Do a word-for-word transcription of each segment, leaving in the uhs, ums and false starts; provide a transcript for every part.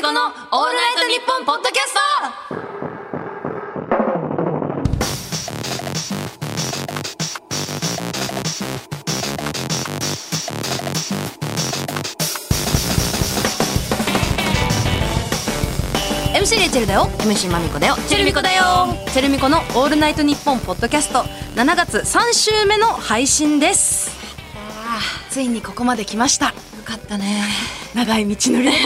このオールナイトニッポンポッドキャスト。エムシー レイチェルだよ。 エムシー マミコだよ。チェルミコだよ。チェルミコのオールナイトニッポンポッドキャストしちがつさん週目の配信です。あー、ついにここまで来ました。よかったね。長い道のり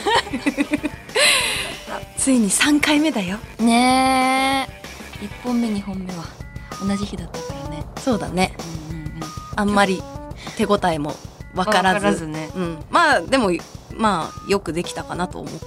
ついにさんかいめだよねえ。いっぽんめにほんめは同じ日だったからね。 そうだね、 うんうんうん、 あんまり手応えも分からず、 分からずね、 うん、まあでもまあよくできたかなと思った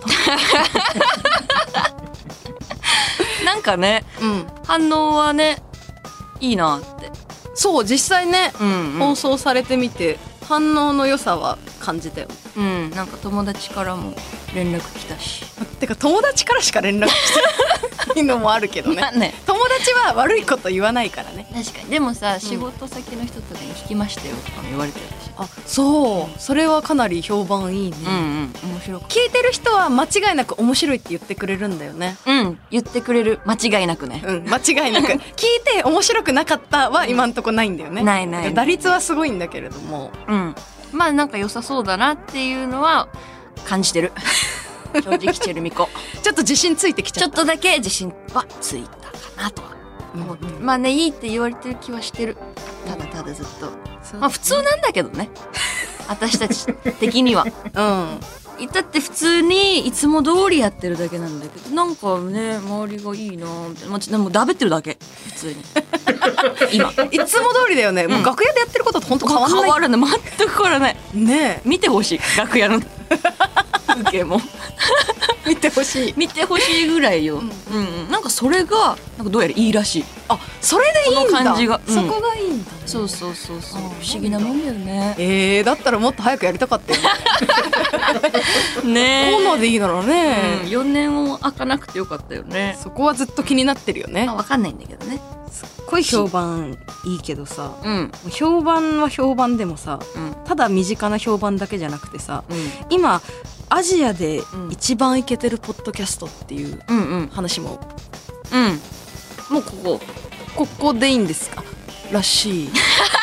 なんかね、うん、反応はねいいなって。 そう、実際ね、うんうん、放送されてみて反応の良さは感じたよ。 うん、なんか友達からも連絡来たし。 てか友達からしか連絡来てないのもあるけど ね, ね友達は悪いこと言わないからね。 確かに。でもさ、うん、仕事先の人とかに聞きましたよとかも言われてるし。 あ、そう、それはかなり評判いいね。 うんうん、面白い。 聞いてる人は間違いなく面白いって言ってくれるんだよね。 うん、言ってくれる。間違いなくね。 うん、間違いなく聞いて面白くなかったは今んとこないんだよね。 ないないない。 打率はすごいんだけれども、 うん、まあなんか良さそうだなっていうのは感じてる正直チェルミコちょっと自信ついてきちゃった。 ちょっとだけ自信はついたかなと思って、うん、まあね、いいって言われてる気はしてる。ただただずっと、うん、まあ普通なんだけどね私たち的にはうん、だって普通にいつも通りやってるだけなんだけど、なんかね周りがいいなみたいな。でもダベってるだけ普通に今いつも通りだよね、うん、もう楽屋でやってることと本当変わんない。 変わるね、全く変わらないね。 見てほしい、楽屋の風景も見てほしい見てほしいぐらいよ、うんうんうん、なんかそれがなんかどうやらいいらしい。あ、 それでいいんだ。 この感じが、 うん、そこがいいんだ、ね、 そうそうそうそう、不思議なもんだよね。 えー、だったらもっと早くやりたかったよねねえ、 コーナーでいいならね、 うん、よねんを開かなくてよかったよね。 そこはずっと気になってるよね。 あ、分かんないんだけどね。 すっごい評判いいけどさ、 うん、 評判は評判でもさ、うん、ただ身近な評判だけじゃなくてさ、うん、今アジアで一番イケてるポッドキャストっていう話も、 うんうん、もうここここでいいんですからしい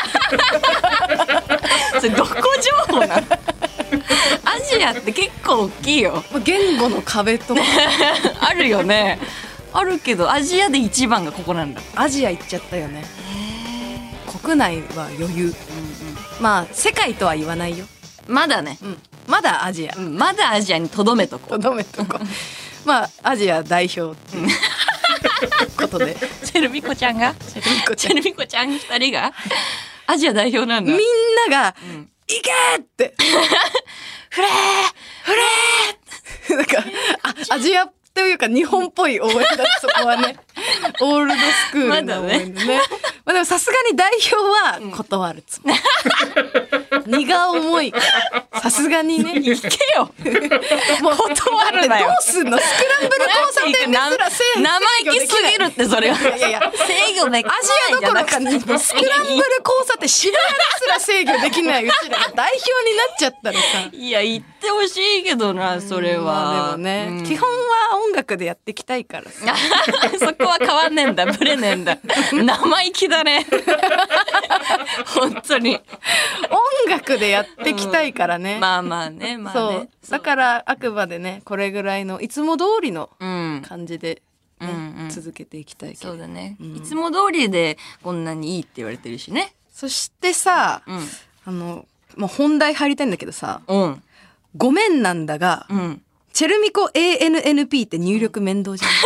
それどこ情報なのアジアって結構大きいよ。 言語の壁とかあるよね。あるけどアジアで一番がここなんだ。 アジア行っちゃったよね。国内は余裕、うんうん、まあ世界とは言わないよ。 まだね、 うん、まだアジア、 うん、まだアジアにとどめとこうとどめとこうまあアジア代表っていうことでチェルミコちゃんがチェルミコちゃんふたりがアジア代表なんだ。 みんなが、うん、行けーってフレーフレーなんかあアジアというか日本っぽい応援だそこはねオールドスクールの応援でね、まあでもさすがに代表は断るつもり、うん、荷が重いからさすがにね行けよもう断るなよ。 どうすんの、スクランブル交差点ですら制御生意気すぎるってそれは。いやいや制御できないアジアどころかにスクランブル交差点渋谷ですら制御できないうちらが代表になっちゃったらさいや言ってほしいけどなそれは、 まあ、でもね、うん、基本は音楽でやっていきたいからさそこは変わんねえんだ、ブレねえんだ生意気だね本当に音楽でやっていきたいからね、 うん、まあまあね、まあね、 そうだからあくまでねこれぐらいのいつも通りの感じで、ね、うんうん、続けていきたいけど、 そうだね、うん、いつも通りでこんなにいいって言われてるしね。 そしてさ、うん、あのもう本題入りたいんだけどさ、うん、ごめんなんだが、うん、チェルミコ エーエヌエヌピー って入力面倒じゃない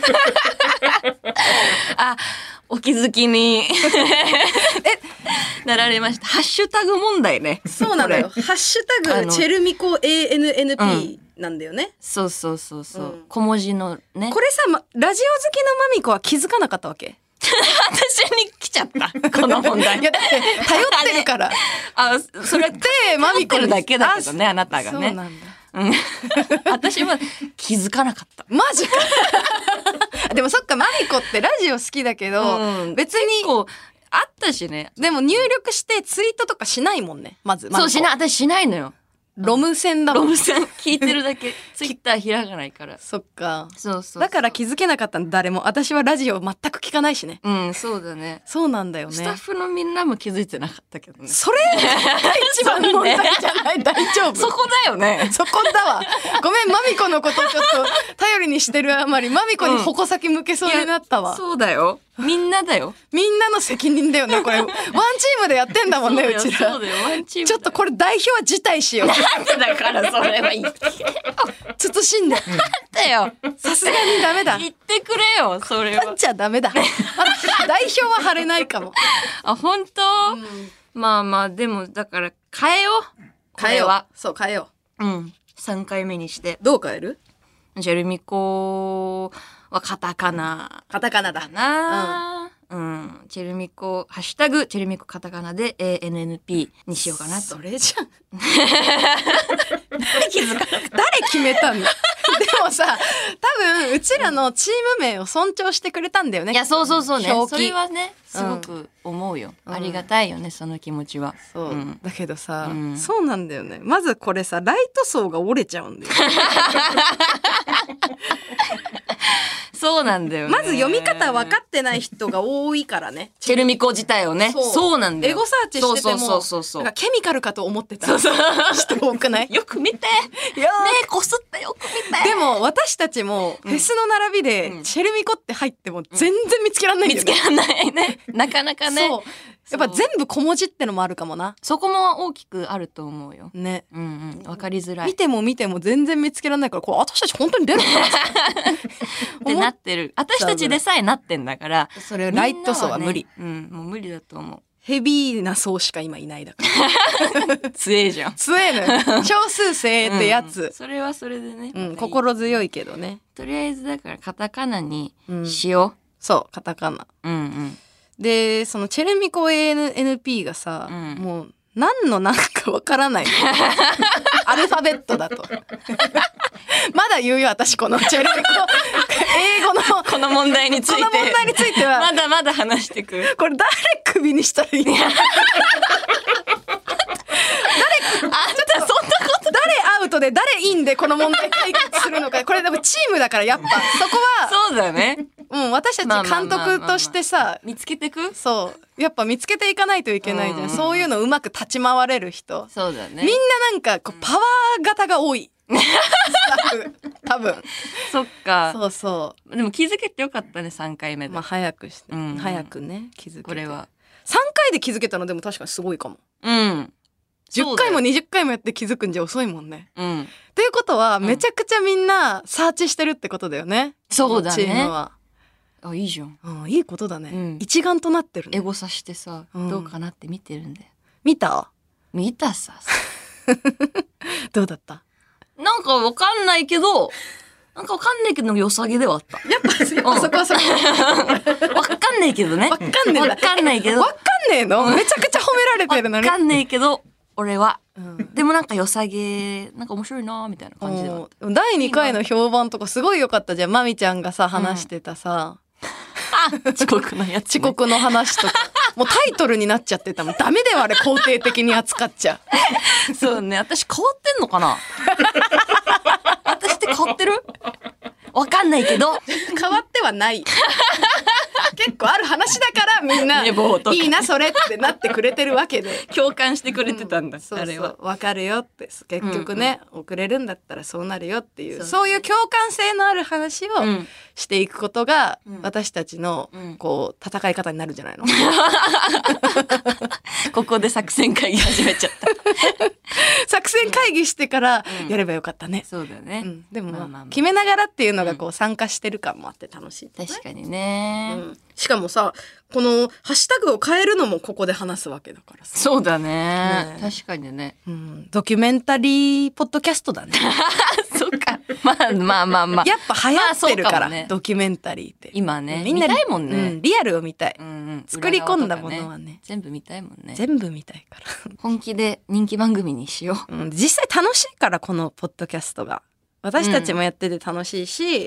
あ、お気づきにえなられました。ハッシュタグ問題ね。 そうなのよ。ハッシュタグチェルミコ エーエヌエヌピー、うん、なんだよね。 そうそうそうそう、うん、小文字のね。 これさ、ま、ラジオ好きのマミコは気づかなかったわけ私に来ちゃったこの問題。 いやだって頼ってるからあ, あそれってマミコるだけだけどね、あなたがね。 そうなんだ、 うん、私は気づかなかった。 マジかでもそっか、マミコってラジオ好きだけど、うん、別にこうあったしね。 でも入力してツイートとかしないもんね。まずそうしない、私しないのよ。 ロム線だもん。 ロム線聞いてるだけ。ツイッター開かないから。 そっか。 そうそうそう。 だから気づけなかったんだ、誰も。私はラジオ全く聞かないしね。 うん、そうだね。 そうなんだよね。 スタッフのみんなも気づいてなかったけどね。 それが一番問題じゃない、大丈夫。 そこだよね。 そこだわ。ごめん、マミコのことちょっと頼りにしてるあまり、マミコに矛先向けそうになったわ。 うん、そうだよ。みんなだよ。 みんなの責任だよね、これ。ワンチームでやってんだもんね、うちら。 そうだよ、ワンチーム。 ちょっとこれ代表は辞退しよう。 なんでだからそれは言って。 慎んで。 なんだよ。 さすがにダメだ。 言ってくれよ、それは。 なっちゃダメだ。代表は張れないかも。 あ、本当、うん、まあまあ、でも、だから、変えよう。 変えよう。そう、変えよう。うん。さんかいめにして。 どう変える？ ジェルミコはカタカナ。 カタカナだな。うん。うん。チェルミコ、ハッシュタグ、チェルミコカタカナで エーエヌエヌピー にしようかなと。 それじゃん。 誰気づかなかった？ 誰決めたの？でもさ、多分うちらのチーム名を尊重してくれたんだよね。 いや、そうそうそうね。それはね、すごく思うよ。うん、ありがたいよね、その気持ちは。 そう。うん、だけどさ、うん、そうなんだよね。まずこれさ、ライト層が折れちゃうんだよ。 そうなんだよね。 まず読み方分かってない人が多いからね。 チェルミコ自体をね。そう、そうなんだよ。 エゴサーチしてても、そうそうそうそう。なんかケミカルかと思ってた人多くない？ よく見て。目こすってよく見て。 でも私たちもフェスの並びでチェルミコって入っても全然見つけらんないんだよね。 見つけらんないね。なかなかね。そう。 やっぱ全部小文字ってのもあるかもな。 そこも大きくあると思うよ。 ね。 うんうん。わかりづらい。 見ても見ても全然見つけられないから、これ私たち本当に出るのかなってなってる。私たちでさえなってんだから。 それライト層は無理。 ね、うん。もう無理だと思う。 ヘビーな層しか今いないだから。 強えじゃん。 強えのよ。少数精鋭ってやつ、 うん。それはそれでね。 うん。心強いけどね。 とりあえずだからカタカナにしよう。うん、 そう、カタカナ。 うんうん。で、 そのチェルミコ エーエヌピー がさ、うん、もう何の何かわからない。アルファベットだと。まだ言うよ、私このチェルミコ。英語のこの問題について。 この問題については。 まだまだ話してく。 これ誰クビにしたらいいの？誰、あ、ちょっとそんなこと。誰アウトで誰インでこの問題解決するのか。これでもチームだからやっぱそこは。 そうだね。 うん、私たち監督としてさ、 見つけてく？ そう。やっぱ見つけていかないといけないじゃん。うん、そういうのうまく立ち回れる人。 そうだね。 みんななんかこうパワー型が多い。スタッフ多分。 そっか。 そうそう。 でも気づけてよかったね、さんかいめで。 まあ早くして、うん、早くね、気づけて。 これは。 さんかいで気づけたのでも確かにすごいかも。 うん。 じゅっかいもにじゅっかいもやって気づくんじゃ遅いもんね。 うん。 っていうことは、めちゃくちゃみんなサーチしてるってことだよね。 そうだね。 チームは。 あ、いいじゃん。 うん、いいことだね。うん、一丸となってるね。 エゴさしてさ、うん、どうかなって見てるんだよ。 見た？ 見たさ。 どうだった？ なんかわかんないけど、なんかわかんないけど良さげではあった。 やっぱ、やっぱそこはそこ。 わかんないけどね。 わかんねえ。 わかんないけど。 わかんねえの？めちゃくちゃ褒められてるのに。 わかんねえけど、俺は。うん、でもなんか良さげ、なんか面白いなみたいな感じでは。 だいにかいの評判とかすごい良かったじゃん。まみちゃんがさ、話してたさ。 うん、遅刻のやつ、 ね。遅刻の話とか。もうタイトルになっちゃってたもん。ダメだよ、あれ肯定的に扱っちゃう。そうね。私変わってんのかな？私って変わってる？わかんないけど。 変わってはない。結構ある話だからみんな、いいなそれってなってくれてるわけで。 共感してくれてたんだ、うん、そうそう、あれは。 わかるよって。結局ね、うんうん、遅れるんだったらそうなるよっていう、そう、そういう共感性のある話をしていくことが、うん、私たちの、こう、戦い方になるんじゃないの？ ここで作戦会議始めちゃった。 作戦会議してからやればよかったね。うん、 そうだよね。 うん、でも、まあまあまあ、決めながらっていうのがこう参加してる感もあって楽しい、 ね。確かにね、 うん。しかもさ、このハッシュタグを変えるのもここで話すわけだからさ。 そうだ ね, ね。確かにね、 うん。ドキュメンタリーポッドキャストだね。 そっか。まあまあまあまあ。 やっぱ流行ってるから、まあね、ドキュメンタリーって。 今ね。みんな見たいもんね、 うん。リアルを見たい。うんうん、作り込んだものは ね, ね。 全部見たいもんね。 全部見たいから。 本気で人気番組にしよう。 うん、実際楽しいからこのポッドキャストが。私たちもやってて楽しいし、うん、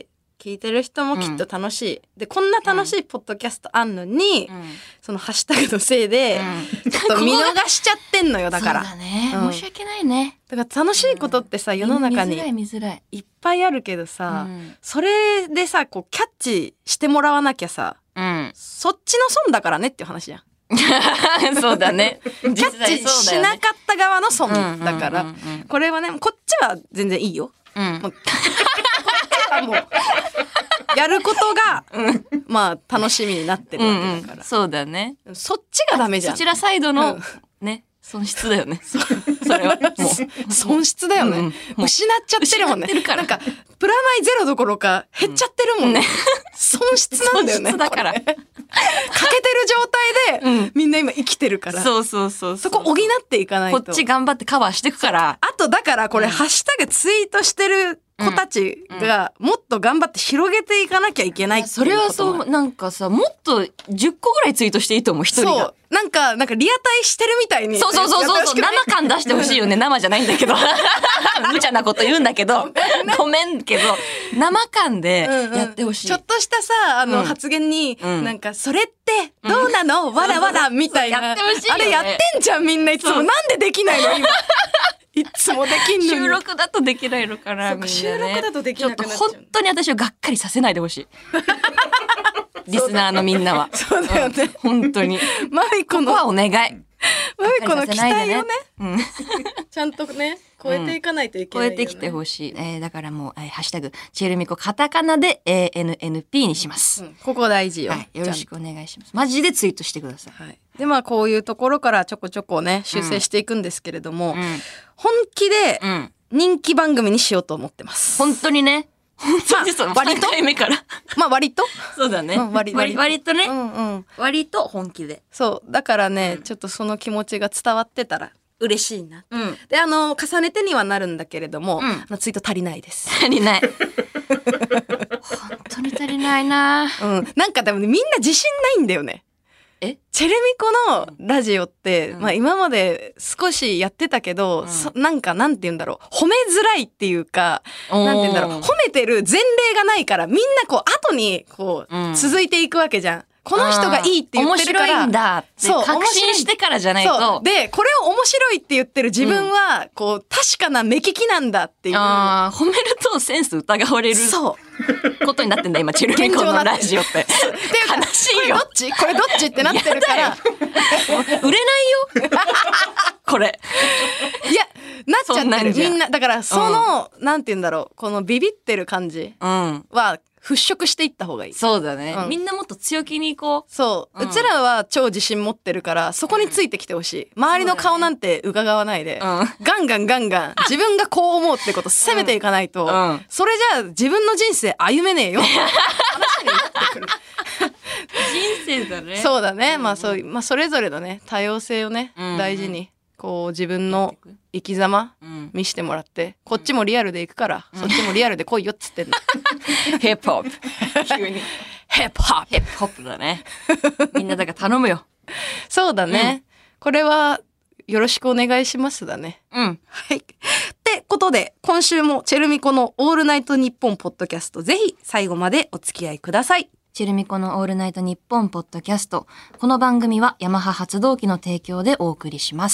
聞いてる人もきっと楽しい、うん、でこんな楽しいポッドキャストあんのに、うん、そのハッシュタグのせいで、うん、ちょっと見逃しちゃってんのよだから。 そうだね、うん、申し訳ないね。 だから楽しいことってさ、うん、世の中にいっぱいあるけどさ、うん、それでさこうキャッチしてもらわなきゃさ、うん、そっちの損だからねっていう話じゃん。 そうだね。 キャッチしなかった側の損だから、これはねこっちは全然いいよ。うん、もうもうやることが、うん、まあ楽しみになってるわけだから、うんうん、 そうだね。 そっちがダメじゃん。 そちらサイドの、うん、ね損失だよね。そ, それはもう損失だよね、うん、失っちゃってるもんね。なんかプラマイゼロどころか減っちゃってるもんね、うん、損失なんだよね。 損失だから欠けてる状態で、うん、みんな今生きてるから、 そうそうそうそう、そこ補っていかないと。 こっち頑張ってカバーしていくから。 あとだからこれ、うん、ハッシュタグツイートしてる子たちがもっと頑張って広げていかなきゃいけないっていうこと。 それはそう、なんかさもっとじゅっこぐらいツイートしていいと思う一人が。 そうなんかなんかリアタイしてるみたいに。 そうそうそうそう、生感出してほしいよね。生じゃないんだけど無茶なこと言うんだけどごめんけど生感でやってほしい、 うんうん、ちょっとしたさあの、うん、発言に、うん、なんかそれってどうなの、うん、わらわらみたいなやってほしいよね。 あれやってんじゃんみんないつも。なんでできないの今いつもできんのに。 収録だとできないのかな、みんなね。 収録だとできなくなっちゃう。 ちょっと本当に私をがっかりさせないでほしいリスナーのみんなは。 そうだよね、 うん、本当にマミコのここはお願い。 マミコの期待をね、うん、ちゃんとね超えていかないといけないよね、 うん、超えてきてほしい、えー、だからもう、えー、ハッシュタグチェルミコカタカナで エーエヌエヌピー にします、うん、 ここ大事よ、 はい、よろしくお願いします。マジでツイートしてください、はい、 でまあこういうところからちょこちょこね修正していくんですけれども、うん、本気で人気番組にしようと思ってます、 うん、本当にね。本当にそう、まあ、割とさんかいめからまあ割とそうだね、 うん、割, 割, 割とね、 うんうん、 割と本気で。 そうだからね、うん、ちょっとその気持ちが伝わってたら嬉しいな、うん、であの重ねてにはなるんだけれども、うん、あのツイート足りないです。 足りない本当に足りないな、 うん、なんかでも、ね、みんな自信ないんだよね。 えチェルミコのラジオって、うん、まあ今まで少しやってたけど、うん、そなんかなんて言うんだろう、褒めづらいっていうか、なんて言うんだろう、褒めてる前例がないからみんなこう後にこう、うん、続いていくわけじゃん。この人がいいって言ってるから、 面白いんだって確信してからじゃないと。 でこれを面白いって言ってる自分は、こう確かな目利きなんだっていう、 あ褒めるとセンス疑われるそうことになってんだ今チェルミコのラジオって悲しいよ。 これどっちこれどっちってなってるから売れないよこれいやなっちゃってるみんなだからその、うん、なんて言うんだろう、このビビってる感じは、うん払拭していった方がいい。 そうだね、うん、みんなもっと強気にいこう。 そう、うん、うちらは超自信持ってるからそこについてきてほしい、うん、周りの顔なんて伺わないで、ね、うん、ガンガンガンガン自分がこう思うってこと攻めていかないと、うん、それじゃあ自分の人生歩めねえよ話になってくる人生だね。 そうだね、まあそう、まあ、それぞれのね多様性をね、うん、大事にこう自分の生き様見してもらって、うん、こっちもリアルでいくから、うん、そっちもリアルで来いよっつってんのヒップホップ急にヒップホップヒップホップだねみんなだから頼むよ。 そうだね、うん、これはよろしくお願いしますだね。 うんはいってことで今週もチェルミコのオールナイトニッポンポッドキャストぜひ最後までお付き合いください。 チェルミコのオールナイトニッポンポッドキャスト、この番組はヤマハ発動機の提供でお送りします。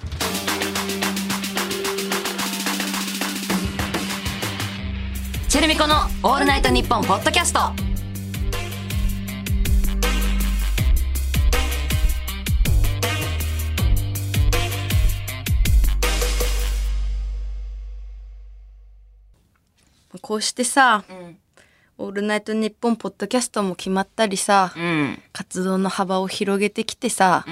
チェルミコのオールナイトニッポンポッドキャスト。 こうしてさ、うん、オールナイトニッポンポッドキャストも決まったりさ、うん、活動の幅を広げてきてさ、うん、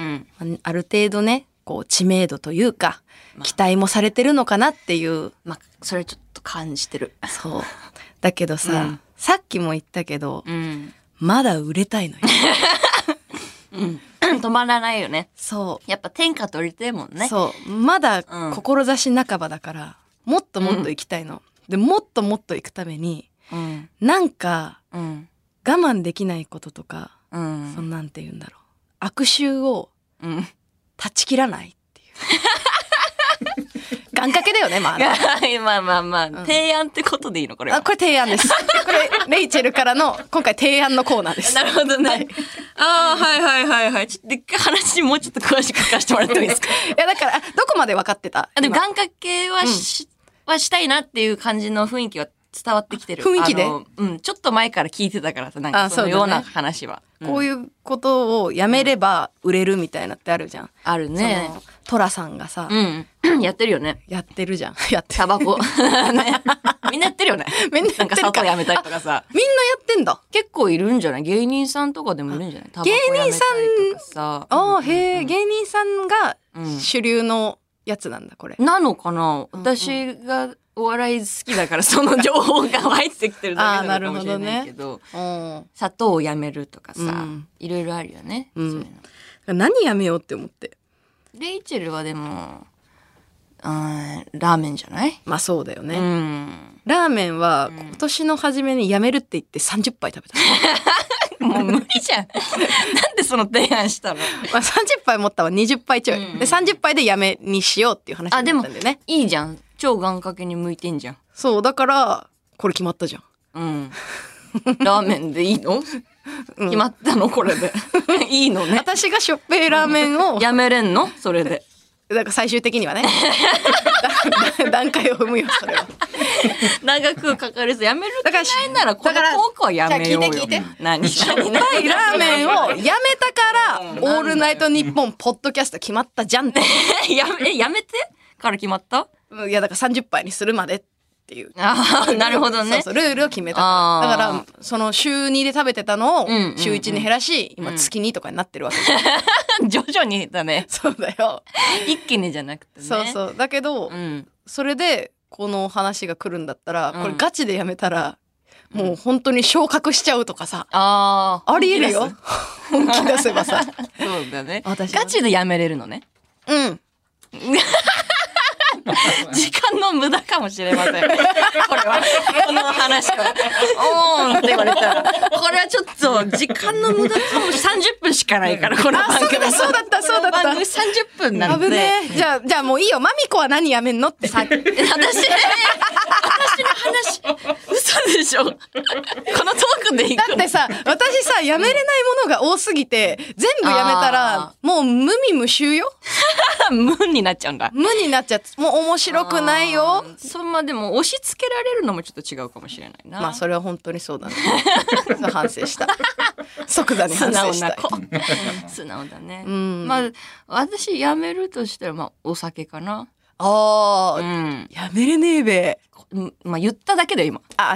ある程度ねこう知名度というか、まあ、期待もされてるのかなっていう、 まあ、それちょっと感じてる。 そうだけどさ、うん、さっきも言ったけど、うん、まだ売れたいのよ、 うん、止まらないよね。 そうやっぱ天下取りてえもんね。 そうまだ志半ばだから、もっともっと行きたいの、うん、でもっともっと行くために、うん、なんか、うん、我慢できないこととか、うん、そんなんて言うんだろう、悪臭を断ち切らないっていう我願掛けだよね、まあ、ね。 まあまあまあ、うん、提案ってことでいいのこれは。 あ、これ提案です。これ、レイチェルからの、今回提案のコーナーです。 なるほどね。はい、ああ、はいはいはいはい。ちょっと話もうちょっと詳しく聞かせてもらってもいいですか？いや、だから、どこまで分かってた？ でも、願掛けはし、うん、はしたいなっていう感じの雰囲気は伝わってきてる。 雰囲気で？ うん、ちょっと前から聞いてたからさ、なんかそのような話は。 うん、こういうことをやめれば売れるみたいなってあるじゃん。 あるね。 トラさんがさ、 うん、やってるよね。 やってるじゃん。やってる。 タバコ。ね、みんなやってるよね。みんなやってるか。なんか砂糖やめたりとかさ。 みんなやってんだ。 結構いるんじゃない？芸人さんとかでもいるんじゃない？タバコやめたりとかさ。 ああ、へえ、芸人さんが主流のやつなんだ、これ。 なのかな？私がお笑い好きだからその情報が入ってきてるだけなのかもしれないけど、どね、砂糖をやめるとかさ、うん、いろいろあるよね、うん、そういうの。何やめようって思って。 レイチェルはでも、うん、ラーメンじゃない？ まあそうだよね、 うん、 ラーメンは今年の初めにやめるって言ってさんじゅっぱい食べた。 もう無理じゃん。なんでその提案したの？ まあさんじゅっぱい持ったわ、にじゅっぱいちょい、うん、でさんじゅっぱいでやめにしようっていう話になったんだよね。あ、でもいいじゃん、超願掛けに向いてんじゃん。 そうだからこれ決まったじゃん。 うん。ラーメンでいいの？うん、決まったのこれで。いいのね。 私がしょっぺいラーメンをやめれんのそれで。 だから最終的にはね。段階を踏むよそれは。 長くかかるやめる気ないならこのトークはやめようよ。聞いて聞いて。何？ しょっぱいラーメンをやめたからオールナイトニッポンポッドキャスト決まったじゃんって。 やめやめてから決まった？ いやだからさんじゅっぱいにするまでっていう。 ああ、なるほどね。 そうそう、ルールを決めたから。だから、その週にで食べてたのを週いちに減らし、うんうんうん、今月にとかになってるわけじゃん。 徐々にだね。 そうだよ。 一気にじゃなくてね。 そうそう。だけど、うん、それでこの話が来るんだったら、これガチでやめたら、うん、もう本当に昇格しちゃうとかさ。ああ。ありえるよ。本気出せばさ。 そうだね。ガチでやめれるのね。 うん。 時間の無駄かもしれません。これはこの話はおーんって言われたらこれはちょっと時間の無駄かも。さんじゅっぷんしかないからこの番組。 そうだったそうだった。 番組さんじゅっぷんなんで。 危ねえ。じゃあじゃあもういいよ。マミコは何やめんのってさ。私私の話嘘でしょ。このトークでいく。 だってさ私さやめれないものが多すぎて全部やめたらもう無味無臭よ。 無になっちゃうんだ。 無になっちゃってもう面白くないよ。 そんなでも押し付けられるのもちょっと違うかもしれないな。 まあそれは本当にそうだね。反省した。即座に反省した。 素直な子。素直だね。うん、まあ私やめるとしたらまあお酒かな。 ああ、うん、やめれねえべ。 まあ言っただけで今。 あ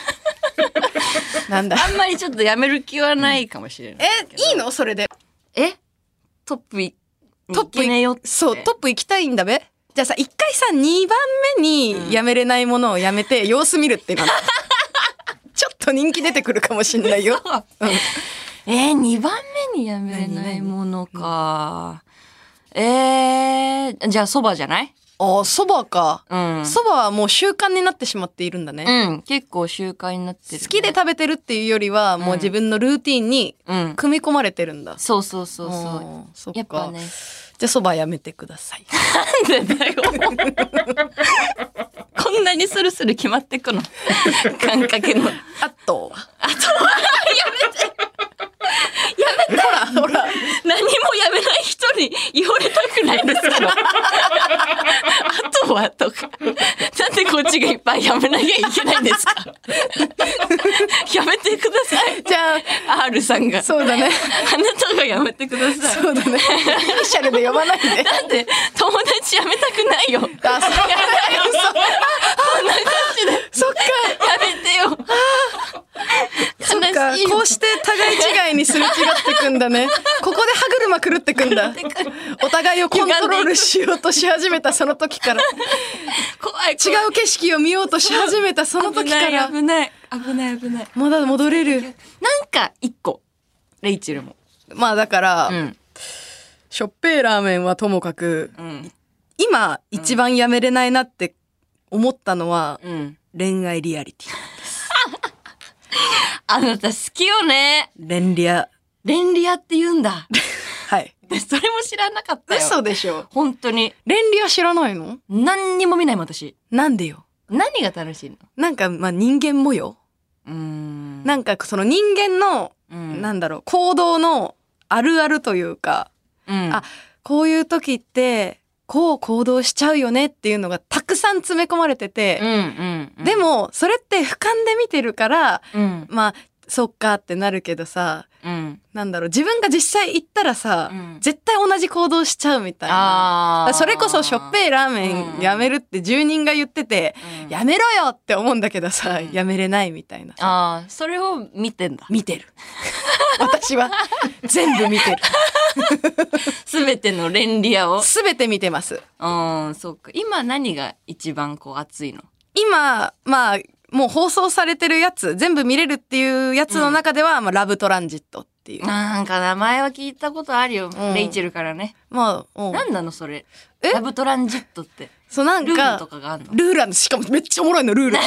なんだ。 あんまりちょっとやめる気はないかもしれない。 え、いいのそれで。 え、トップいトップいそうトップ行きたいんだべ。じゃあさ一回さにばんめにやめれないものをやめて様子見るっていうの、うん、ちょっと人気出てくるかもしんないよ。うん、 えー、にばんめにやめれないものか。えー、じゃあそばじゃない？ ああ、そばか。 うん。 そばはもう習慣になってしまっているんだね。 うん。結構習慣になってる、ね。 好きで食べてるっていうよりは、もう自分のルーティンに組み込まれてるんだ。 うん、そうそうそうそう。 そっか。 やっぱね。 じゃあそばやめてください。 なんでだよ。こんなにスルスル決まってくの。願掛けの。 あとは。 あとはやめて。やめて。 ほらほら。 何もやめない人に言われたくないですけど。あとはとか。なんでこっちがいっぱいやめなきゃいけないんですか。やめてください。 じゃあ R さんが。 そうだね。 あなたがやめてください。 そうだね。イニシャルで呼ばないで。 なんで友達やめたくないよ。あ、そうだよ。こんな感じで。 そっか。 やめてよ。 そっか。こうして互い違いにすれ違ってくんだね。ここで歯車狂ってくんだ。お互いをコントロールしようとし始めたその時から。 怖い。 違う景色を見ようとし始めたその時から。 危ない危ない危ない。 まだ戻れる。 なんか一個。レイチェルも。 まあだから、うん、しょっぺいラーメンはともかく、うん、今一番やめれないなって思ったのは、うん、恋愛リアリティなんです。 あなた好きよね。 恋リア。 恋リアって言うんだ。 はい。 でそれも知らなかったよ。 嘘でしょ。 本当に。 レンリア知らないの？ 何にも見ないもん私。 なんでよ。 何が楽しいの？ なんかまあ人間模様。 うーん。 なんかその人間の、うん、なんだろう行動のあるあるというか、うん、あこういう時ってこう行動しちゃうよねっていうのがたくさん詰め込まれてて、うんうんうん、でもそれって俯瞰で見てるから、うん、まあそっかってなるけどさ、うん、なんだろう自分が実際行ったらさ、うん、絶対同じ行動しちゃうみたいな。それこそしょっぺいラーメンやめるって住人が言ってて、うん、やめろよって思うんだけどさ、うん、やめれないみたいな。 あ、それを見てんだ。 見てる私は全部見てるすべてのレンリアをすべて見てます。 うん、そうか。今何が一番こう熱いの？ 今まあもう放送されてるやつ全部見れるっていうやつの中では、うん、まあ、ラブトランジットっていう。 なんか名前は聞いたことあるよ、うん、レイチェルからね。まあ、うん、何なのそれ？ラブトランジットって。そうなんかルールとかがあるの？ ルールあるの。しかもめっちゃおもろいのルール。なんか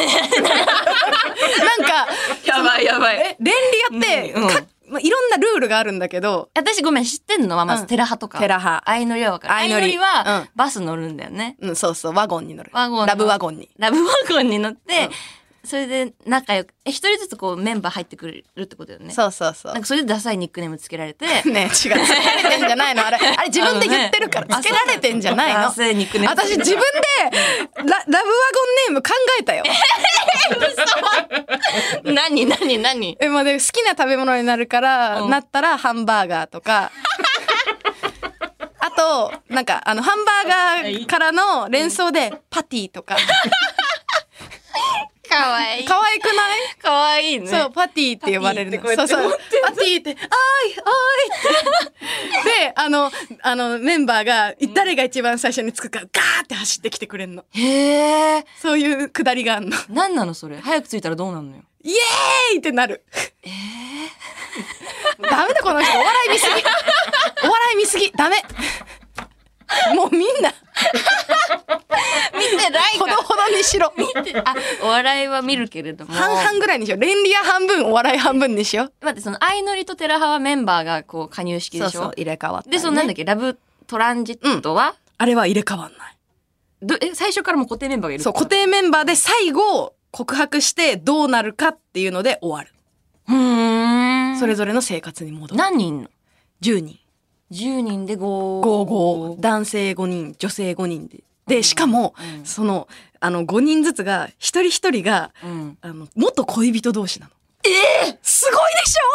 やばいやばい。 えレンリアって、うん、かまあ、いろんなルールがあるんだけど、 私ごめん知ってんのはまずテラハとか、うん、テラハ相乗りは分かる。相乗りは、うん、バス乗るんだよね。 うん、そうそうワゴンに乗る。ワゴンラブワゴンにラブワゴンに乗って、うん、それで仲良くえ一人ずつこうメンバー入ってくるってことだよね。 そうそうそう。 なんかそれでダサいニックネームつけられてね違うつけられてんじゃないのあれあれ自分で言ってるから、ね、つけられてんじゃないの。 ダサいニックネーム私自分でラ, ラブワゴンネーム考えたよ。 嘘何何何え、まあ、で好きな食べ物になるから、うん、なったらハンバーガーとかあとなんかあのハンバーガーからの連想でパティとかかわいい。 かわいくない？ かわいいね。 そう、パティって呼ばれるの。そうそう。パティって、あーい、あーいって。で、あの、あの、メンバーが、誰が一番最初に着くか、ガーって走ってきてくれんの。 へー。 そういうくだりがあんの。 何なのそれ？早く着いたらどうなんのよ。 イエーイってなる。 えー。ダメだこの人。お笑い見すぎ。お笑い見すぎ。ダメ。もうみんな。 見てないほどほどにしろ。 見てあお笑いは見るけれども半々ぐらいにしよう。レンリア半分お笑い半分にしよう。 待ってその相乗りとテラハはメンバーがこう加入式でしょ。 そうそう入れ替わって、 ね、でそのなんだっけラブトランジットは、うん、 あれは入れ替わんない。 どえ最初からもう固定メンバーがいる。 そう固定メンバーで最後告白してどうなるかっていうので終わる。 ふーんそれぞれの生活に戻る。 何人いんの？ じゅうにん。 じゅうにんでご、 ご、ご、男性ごにん、女性ごにんで。で、しかも、うん、その、あの、ごにんずつが、一人一人が、うん、あの、元恋人同士なの。 えー、 すごいでしょ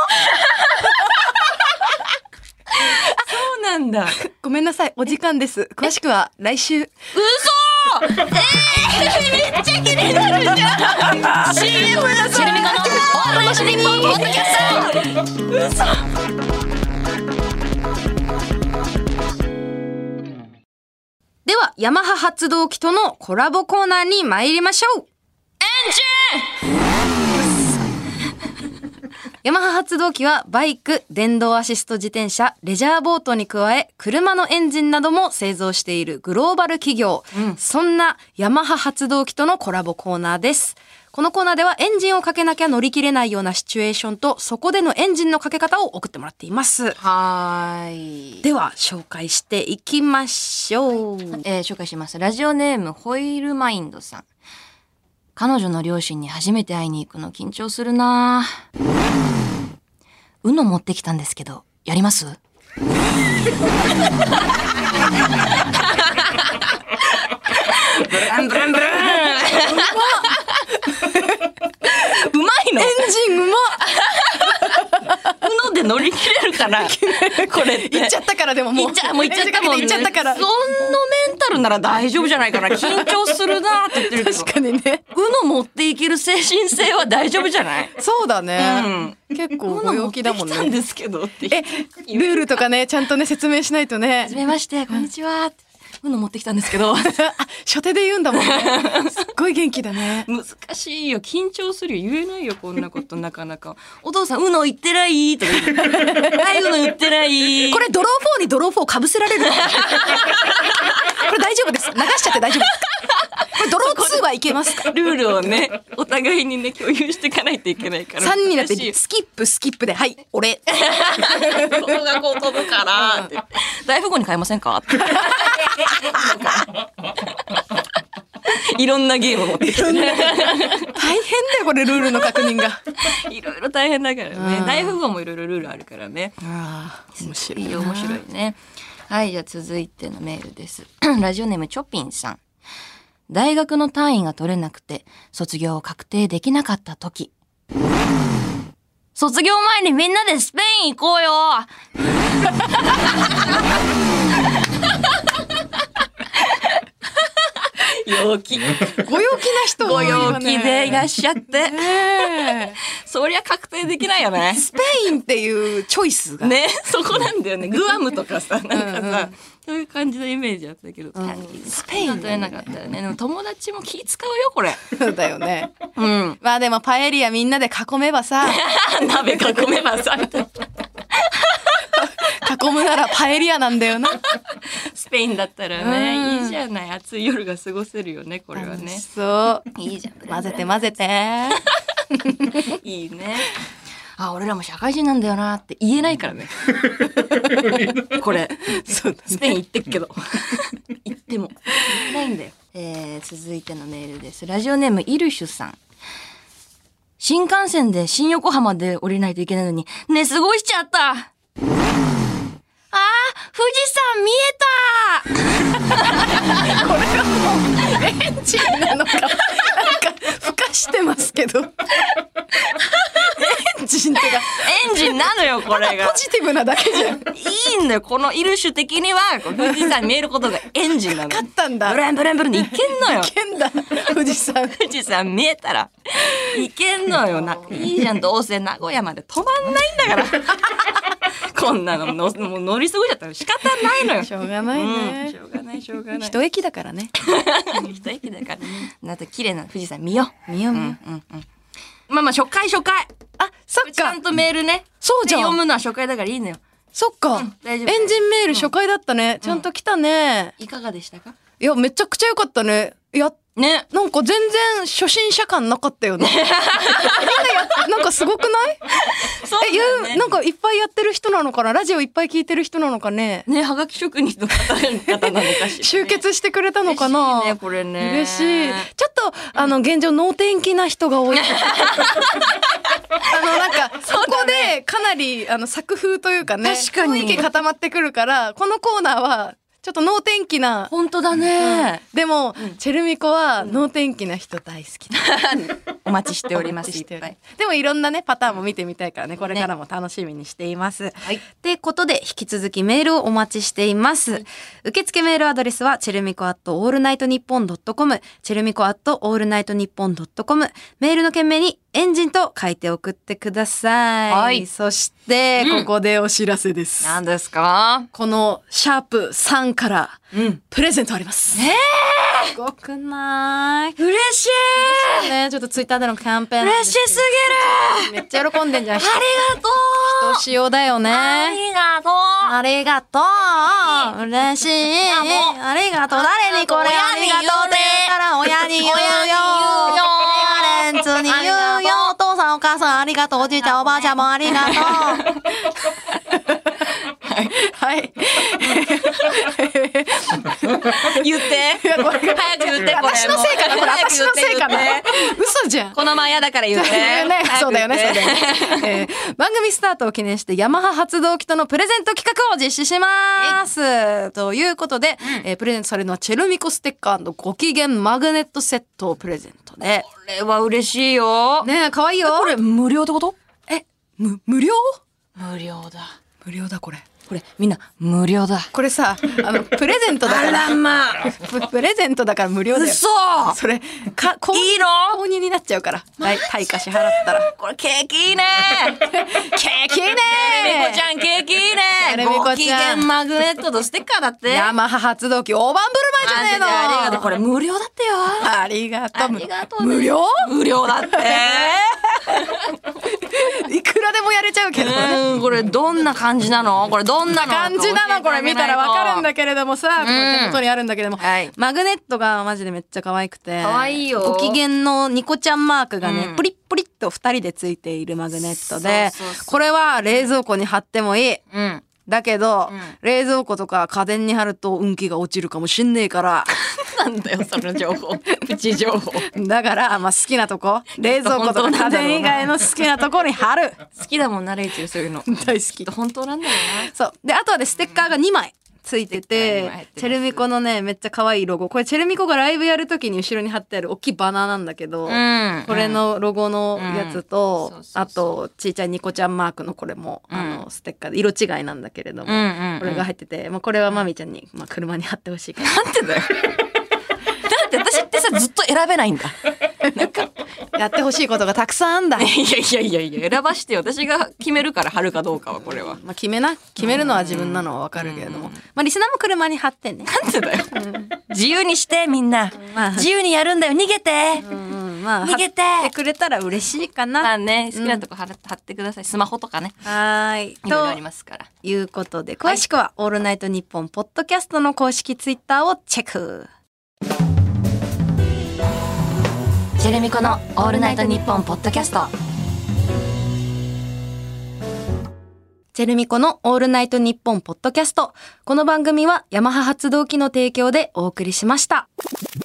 そうなんだ。 ごめんなさい、お時間です。詳しくは来週。 嘘えー、めっちゃ気になるじゃんシーエム だぞシルミカのオールナイトニッポンポッドキャスト嘘では、ヤマハ発動機とのコラボコーナーに参りましょう。 エンジンヤマハ発動機はバイク、電動アシスト自転車、レジャーボートに加え、車のエンジンなども製造しているグローバル企業。うん、そんなヤマハ発動機とのコラボコーナーです。このコーナーではエンジンをかけなきゃ乗り切れないようなシチュエーションと、そこでのエンジンのかけ方を送ってもらっています。 はい。 では、紹介していきましょう。 えー、紹介します。ラジオネーム、ホイールマインドさん。彼女の両親に初めて会いに行くの緊張するなぁ。うの持ってきたんですけど、やります？ブランブランブランうまいの？ エンジンうまっうので乗り切れるかなこれって。 言っちゃったからでももう。 言っちゃ、もう言っちゃったもんね。 言っちゃったから。 そのメンタルなら大丈夫じゃないかな。緊張するなって言ってるけど。 確かにね。 うの持っていける精神性は大丈夫じゃない？ そうだね。うん、結構ご陽気だもんね。 うの持ってきたんですけどって。 え、ルールとかね、ちゃんとね、説明しないとね。 はじめまして、こんにちはって。うの持ってきたんですけど。あ、 初手で言うんだもんね。すっごい元気だね。 難しいよ。緊張するよ。言えないよ。こんなことなかなか。お父さん、うの言ってないとか言って。はい、うの言ってない。 これドローフォーにドローフォーかぶせられるこれ大丈夫です。流しちゃって大丈夫です。これドローツーはいけますか？ ルールをね、お互いにね、共有していかないといけないから。 さんにんになってスキップスキップで、はい、俺。 ここがこう飛ぶからって。大富豪に変えませんか？いろんなゲームを持ってきて。大変だよ、 これルールの確認が。 いろいろ大変だからね。大富豪もいろいろルールあるからね。 ああ、面白い。 面白いね。はい、じゃあ続いてのメールです。ラジオネームチョピンさん。大学の単位が取れなくて卒業を確定できなかった時。卒業前にみんなでスペイン行こうよ。陽気。 ご陽気な人ご陽気でいらっしゃって。 ね、 そりゃ確定できないよね。 スペインっていうチョイスが。 ね、そこなんだよね。グアムとかさ、なんかさ、うんうん、そういう感じのイメージあったけど、うん、スペイン取れなかったよね。でも友達も気使うよ、これ。 そうだよね。 うん。 まあでもパエリアみんなで囲めばさ。 鍋囲めばさ。 囲むならパエリアなんだよな。 スペインだったらね、いいじゃない。暑い夜が過ごせるよね、これはね。 そう。 いいじゃん。 混ぜて混ぜて。 いいね。あ、俺らも社会人なんだよなって言えないからね。これ、そうだね、スペイン行ってっけど。行っても。言えないんだよ。えー、続いてのメールです。ラジオネームイルシュさん。新幹線で新横浜で降りないといけないのに、寝過ごしちゃった。あー、富士山見えた。 これはもうエンジンなのか、なんかふかしてますけど。エンジンってか、 エンジンなのよ、これが。 ポジティブなだけじゃん。いいんだよ、このイルシュ的には富士山見えることがエンジンなの。 かかったんだ。 ブレンブレンブレンでいけんのよ。 いけんだ。富士山。 富士山見えたらいけんのよな。いいじゃん、どうせ名古屋まで止まんないんだから。こんなののもう乗り過ごしちゃったら仕方ないのよ。 しょうがないね。 うん、しょうがないしょうがない。 一駅だからね。 一駅だから。なんと綺麗な富士山見よう。見よう見よう。 うんうんうん。まあまあ初回初回。 あ、そっか。 ちゃんとメールね。 そうじゃん。 読むのは初回だからいいのよ。 そっか。 うん、大丈夫。 エンジンメール初回だったね。ちゃんと来たね。 いかがでしたか？ いや、めちゃくちゃ良かったね。やっね、 なんか全然初心者感なかったよね。みんなやなんかすごくない？ そうだね。 え、なんかいっぱいやってる人なのかな、ラジオいっぱい聞いてる人なのかね。 ね、はがき職人の方方なのかしら、ね。 集結してくれたのかな。 嬉しいね、これね。 嬉しい。ちょっとあの現状能天気な人が多い。あのなんかそこでかなりあの作風というかね、 確かに雰囲気固まってくるから、このコーナーは。ちょっと能天気な。 本当だね。 うん、でも、うん、チェルミコは能天気な人大好きだ。 お待ちしております。いっぱい。 でもいろんなねパターンも見てみたいからね、これからも楽しみにしています。ね、はい。ってことで引き続きメールをお待ちしています。はい、受付メールアドレスはチェルミコアットオールナイトニッポンドットコム、チェルミコアットオールナイトニッポンドットコム。メールの件名にエンジンと書いて送ってください。はい。そして、うん、ここでお知らせです。 何ですか？ このシャープさんから、うん、プレゼントあります。 えー、 すごくない？ 嬉しいね。ちょっとツイッターでのキャンペーン嬉しすぎる。 めっちゃ喜んでんじゃん。 ありがとう。 ひとしおだよね。 ありがとう。 ありがとう。嬉しい。ありがとう。誰にこれありがとうって言ったら親に言うよ。パレンツに言うよ。お父さんお母さんありがとう。おじいちゃんおばあちゃんもありがとう。はい。はい。 言って。早く言って。 私のせいかな。これ私のせいかな。嘘じゃん。 このまま嫌だから言って。 そうだよね。そうだよね。番組スタートを記念してヤマハ発動機とのプレゼント企画を実施します。ということで、プレゼントされるのはチェルミコステッカー&ご機嫌マグネットセットをプレゼントで。 これは嬉しいよ。 ねえ、かわいいよ。 これ無料ってこと？ え、む、無料？ 無料だ。 無料だこれ。 これみんな無料だ。 これさ、あのプレゼントだから。 あらまあ。 プレゼントだから無料だよ。 嘘。 それか購入いいの？ 購入になっちゃうから。対対価支払ったら。 これケーキいいね。 ケーキいいね。 チェルミコちゃんケーキいいね。ご機嫌マグネットとステッカーだって。 ヤマハ発動機大盤振る舞いじゃねえの。 ありがとう。これ無料だってよ。 ありがとう。 ありがとう。 無料？ 無料だって。 いくらでももやれちゃうけどね。 これどんな感じなのこれどんなの感じなのこれ見たらわかるんだけれどもさ、これ手元にあるんだけれども、 はい、 マグネットがマジでめっちゃ可愛くて、 可愛いよ。 ご機嫌のニコちゃんマークがね、 うん、 プリップリッとふたりでついているマグネットで、そうそうそう、これは冷蔵庫に貼ってもいい、うん、だけど、うん、冷蔵庫とか家電に貼ると運気が落ちるかもしんねえからなんだよその情報プチ情報だから、まあ、好きなとこ冷蔵庫とか家電以外の好きなところに貼る好きだもんなレイチェルそういうの大好き。 本当なんだよな。 そうで、あとはねステッカーがにまいついてて、チェルミコのねめっちゃ可愛いロゴ、これチェルミコがライブやるときに後ろに貼ってある大きいバナーなんだけど、うん、これのロゴのやつと、うん、あとちいちゃいニコちゃんマークのこれも、うん、あのステッカーで色違いなんだけれども、うんうんうん、これが入ってて、まあ、これはマミちゃんに、まあ、車に貼ってほしいから。 なんてだよだって私ってさずっと選べないんだなんかやってほしいことがたくさんあんだ。いやいやいやいや選ばしてよ。私が決めるから貼るかどうかはこれは、 まあ、決めな決めるのは自分なのはわかるけれども、まあリスナーも車に貼ってね。 なんでだよ、うん、自由にしてみんな、まあ、自由にやるんだよ逃げて、うんうん、まあ、逃げて貼ってくれたら嬉しいかな。 まあね好きなとこ貼ってください、スマホとかね。 はいいろいろありますから。 ということで詳しくはオールナイトニッポンポッドキャストの公式ツイッターをチェック。 チェルミコのオールナイトニッポンポッドキャスト。 チェルミコのオールナイトニッポンポッドキャスト。この番組はヤマハ発動機の提供でお送りしました。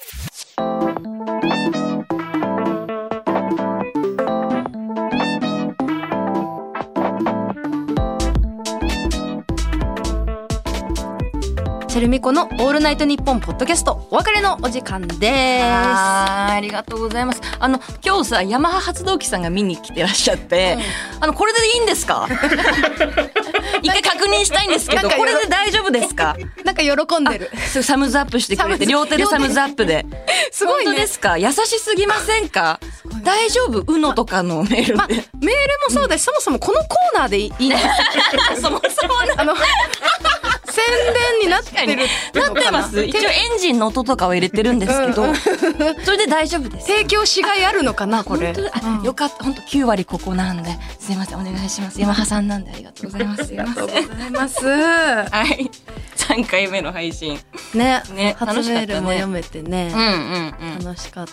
チェルミコのオールナイトニッポンポッドキャスト、お別れのお時間です。 あ, ありがとうございます。あの今日さヤマハ発動機さんが見に来てらっしゃって、うん、あのこれでいいんですか一回確認したいんですけどこれで大丈夫ですか。 なんか喜んでる。 サムズアップしてくれて両手でサムズアップですごい、ね、本当ですか。優しすぎませんか。大丈夫ウノとかのメールで、ま、メールもそうだし、うん、そもそもこのコーナーでいいのそもそもあの宣伝になってるなってます。一応エンジンの音とかを入れてるんですけど、うん、それで大丈夫です。 提供しがいあるのかなこれ。 あ、うん、よかった。本当きゅうわりここなんで、すいませんお願いします。ヤマハさんなんでありがとうございます。ありがとうございます。 はい。さんかいめの配信。 ね。ね。初メールも読めてね。 うんうんうん。 楽しかった。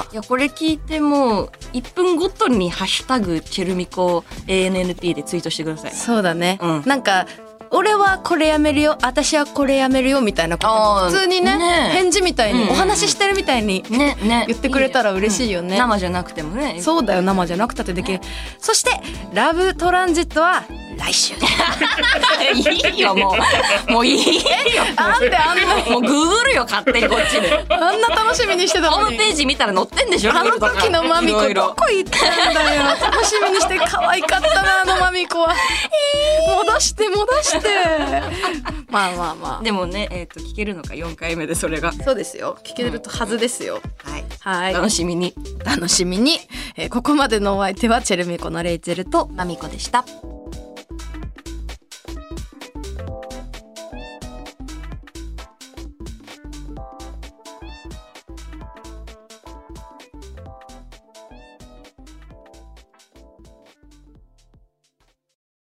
いやこれ聞いてもいっぷんごとにハッシュタグチェルミコ エーエヌエヌピー でツイートしてください。 そうだね。うん、なんか。俺はこれやめるよ私はこれやめるよみたいなこと普通に ね, ね返事みたいに、うん、お話ししてるみたいに、ねね、言ってくれたら嬉しいよね、うん、 生じゃなくてもね。 そうだよ生じゃなくたってできる、ね、そしてラブトランジットは来週いいよもうもういいよなんであんなもうググるよ勝手にこっちであんな楽しみにしてたのにホームページ見たら載ってんでしょ。 あの時のマミコどこ行ったんだよ楽しみにして可愛かったなあのマミコは戻して戻してまあまあまあでもね、えー、と聞けるのかよんかいめでそれがそうですよ聞けるはずですよ、 うん、はい、はい、楽しみに楽しみに、えー、ここまでのお相手はチェルミコのレイチェルとマミコでした。